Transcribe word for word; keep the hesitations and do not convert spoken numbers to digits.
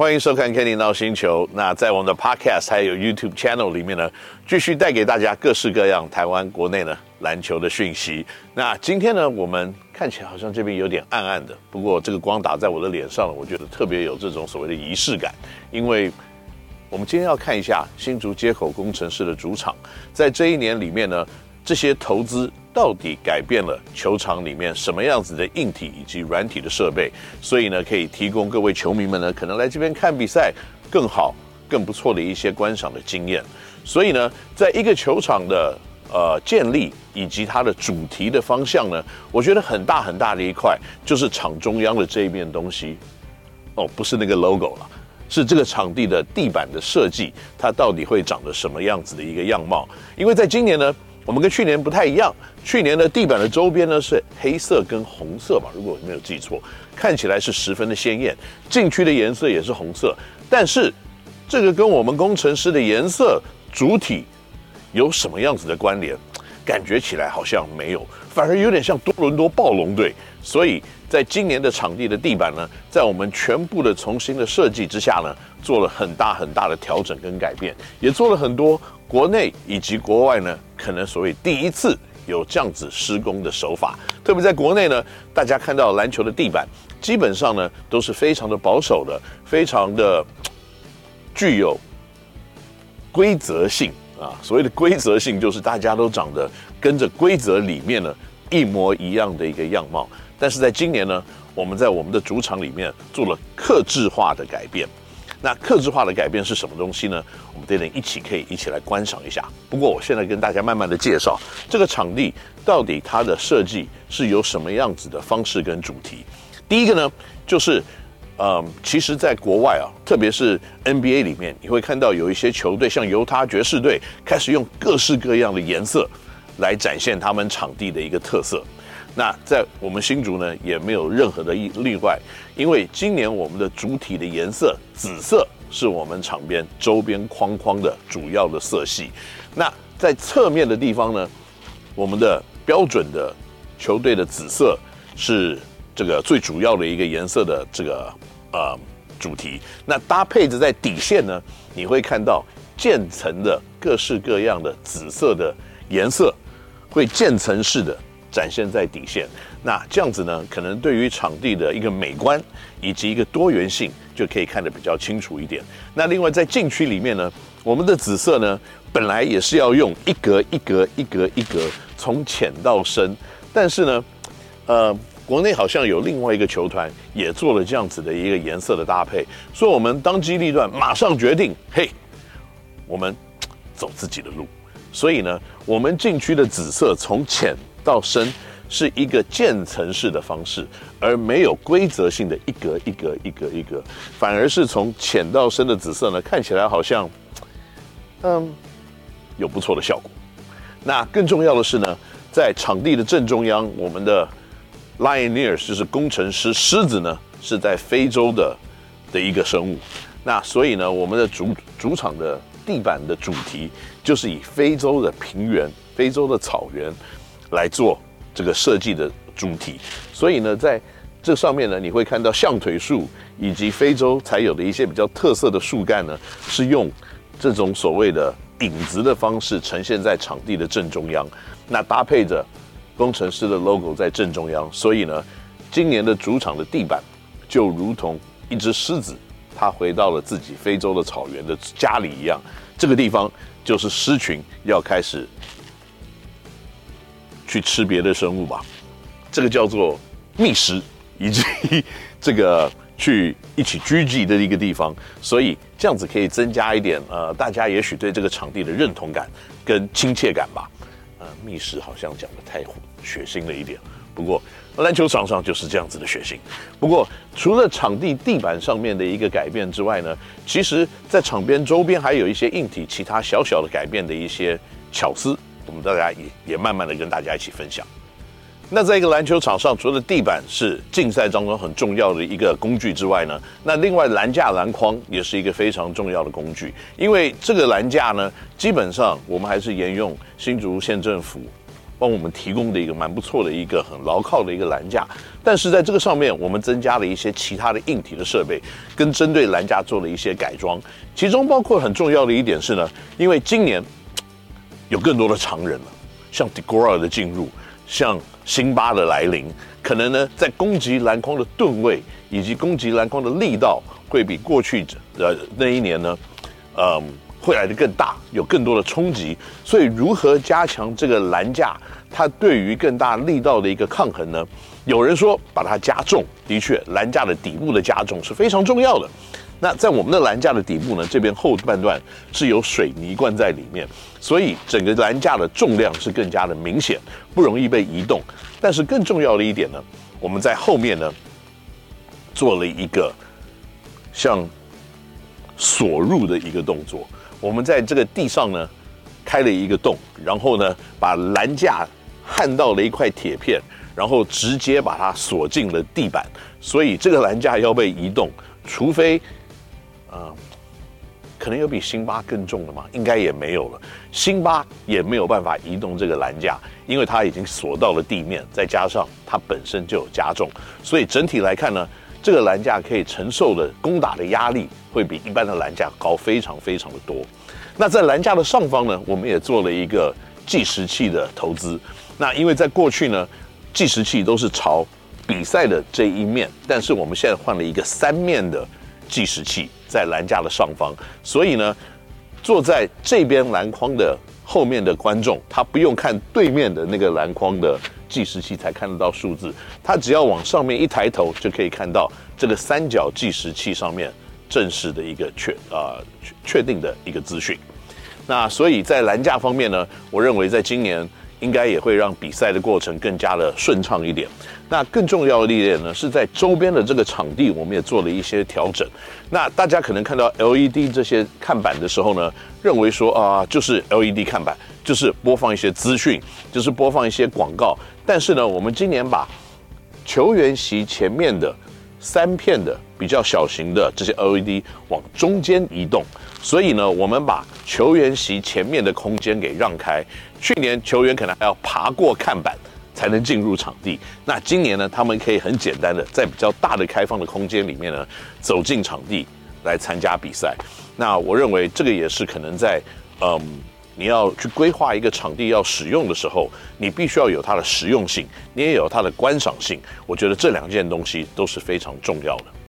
欢迎收看 Kenny 闹星球。那在我们的 Podcast 还有 YouTube Channel 里面呢，继续带给大家各式各样台湾国内呢篮球的讯息。那今天呢，我们看起来好像这边有点暗暗的，不过这个光打在我的脸上，我觉得特别有这种所谓的仪式感，因为我们今天要看一下新竹街口工程师的主场，在这一年里面呢，这些投资到底改变了球场里面什么样子的硬体以及软体的设备，所以呢，可以提供各位球迷们呢，可能来这边看比赛更好、更不错的一些观赏的经验。所以呢，在一个球场的呃建立以及它的主题的方向呢，我觉得很大很大的一块就是场中央的这一面东西，哦，不是那个 logo 了。是这个场地的地板的设计，它到底会长得什么样子的一个样貌？因为在今年呢，我们跟去年不太一样，去年的地板的周边呢是黑色跟红色吧，如果我没有记错，看起来是十分的鲜艳。禁区的颜色也是红色，但是这个跟我们工程师的颜色主体有什么样子的关联？感觉起来好像没有，反而有点像多伦多暴龙队。所以在今年的场地的地板呢，在我们全部的重新的设计之下呢，做了很大很大的调整跟改变，也做了很多国内以及国外呢，可能所谓第一次有这样子施工的手法。特别在国内呢，大家看到篮球的地板基本上呢都是非常的保守的，非常的具有规则性啊。所谓的规则性就是大家都长得跟着规则里面呢一模一样的一个样貌。但是在今年呢，我们在我们的主场里面做了客制化的改变。那客制化的改变是什么东西呢？我们等等一起可以一起来观赏一下。不过我现在跟大家慢慢的介绍这个场地到底它的设计是有什么样子的方式跟主题。第一个呢，就是呃，其实在国外啊，特别是 N B A 里面，你会看到有一些球队，像犹他爵士队，开始用各式各样的颜色来展现他们场地的一个特色。那在我们新竹呢，也没有任何的例外，因为今年我们的主体的颜色紫色是我们场边周边框框的主要的色系。那在侧面的地方呢，我们的标准的球队的紫色是这个最主要的一个颜色的这个呃主题。那搭配着在底线呢，你会看到渐层的各式各样的紫色的颜色，会渐层式的展现在底线。那这样子呢，可能对于场地的一个美观以及一个多元性就可以看得比较清楚一点。那另外在禁区里面呢，我们的紫色呢本来也是要用一格一格一格一格从浅到深，但是呢呃国内好像有另外一个球团也做了这样子的一个颜色的搭配，所以我们当机立断马上决定，嘿，我们走自己的路。所以呢，我们禁区的紫色从浅到深是一个渐层式的方式，而没有规则性的一格一格一格一格，反而是从浅到深的紫色呢，看起来好像嗯有不错的效果。那更重要的是呢，在场地的正中央，我们的 Lioneers 就是工程师狮子呢，是在非洲的的一个生物。那所以呢，我们的主主场的地板的主题就是以非洲的平原、非洲的草原来做这个设计的主题。所以呢，在这上面呢，你会看到象腿树以及非洲才有的一些比较特色的树干呢，是用这种所谓的影子的方式呈现在场地的正中央。那搭配着工程师的 logo 在正中央，所以呢，今年的主场的地板就如同一只狮子，它回到了自己非洲的草原的家里一样。这个地方就是狮群要开始去吃别的生物吧，这个叫做觅食，以及这个去一起聚集的一个地方。所以这样子可以增加一点呃，大家也许对这个场地的认同感跟亲切感吧。呃，觅食好像讲得太血腥了一点，不过篮球场上就是这样子的血腥。不过除了场地地板上面的一个改变之外呢，其实在场边周边还有一些硬体其他小小的改变的一些巧思，我们大家也也慢慢的跟大家一起分享。那在一个篮球场上，除了地板是竞赛当中很重要的一个工具之外呢，那另外篮架篮筐也是一个非常重要的工具。因为这个篮架呢，基本上我们还是沿用新竹县政府帮我们提供的一个蛮不错的一个很牢靠的一个栏架。但是在这个上面，我们增加了一些其他的硬体的设备，跟针对栏架做了一些改装。其中包括很重要的一点是呢，因为今年有更多的常人了，像 Deguara 的进入，像辛巴的来临，可能呢在攻击篮筐的吨位以及攻击篮筐的力道，会比过去的那一年呢，嗯。会来得更大，有更多的冲击，所以如何加强这个栏架，它对于更大力道的一个抗衡呢？有人说把它加重，的确，栏架的底部的加重是非常重要的。那在我们的栏架的底部呢，这边后半段是有水泥灌在里面，所以整个栏架的重量是更加的明显，不容易被移动。但是更重要的一点呢，我们在后面呢做了一个像锁入的一个动作。我们在这个地上呢开了一个洞，然后呢把栏架焊到了一块铁片，然后直接把它锁进了地板。所以这个栏架要被移动，除非呃可能有比辛巴更重的吗？应该也没有了。辛巴也没有办法移动这个栏架，因为它已经锁到了地面，再加上它本身就有加重，所以整体来看呢，这个栏架可以承受的攻打的压力会比一般的栏架高非常非常的多。那在栏架的上方呢，我们也做了一个计时器的投资。那因为在过去呢，计时器都是朝比赛的这一面，但是我们现在换了一个三面的计时器在栏架的上方，所以呢，坐在这边篮筐的后面的观众，他不用看对面的那个篮筐的计时器才看得到数字，他只要往上面一抬头，就可以看到这个三角计时器上面正式的一个确啊、呃、确定的一个资讯。那所以在栏架方面呢，我认为在今年应该也会让比赛的过程更加的顺畅一点。那更重要的一点呢，是在周边的这个场地，我们也做了一些调整。那大家可能看到 L E D 这些看板的时候呢，认为说啊、呃，就是 L E D 看板，就是播放一些资讯，就是播放一些广告。但是呢，我们今年把球员席前面的三片的比较小型的这些 L E D 往中间移动，所以呢，我们把球员席前面的空间给让开。去年球员可能还要爬过看板才能进入场地，那今年呢，他们可以很简单的在比较大的开放的空间里面呢，走进场地来参加比赛。那我认为这个也是可能在嗯。你要去规划一个场地要使用的时候，你必须要有它的实用性，你也有它的观赏性。我觉得这两件东西都是非常重要的。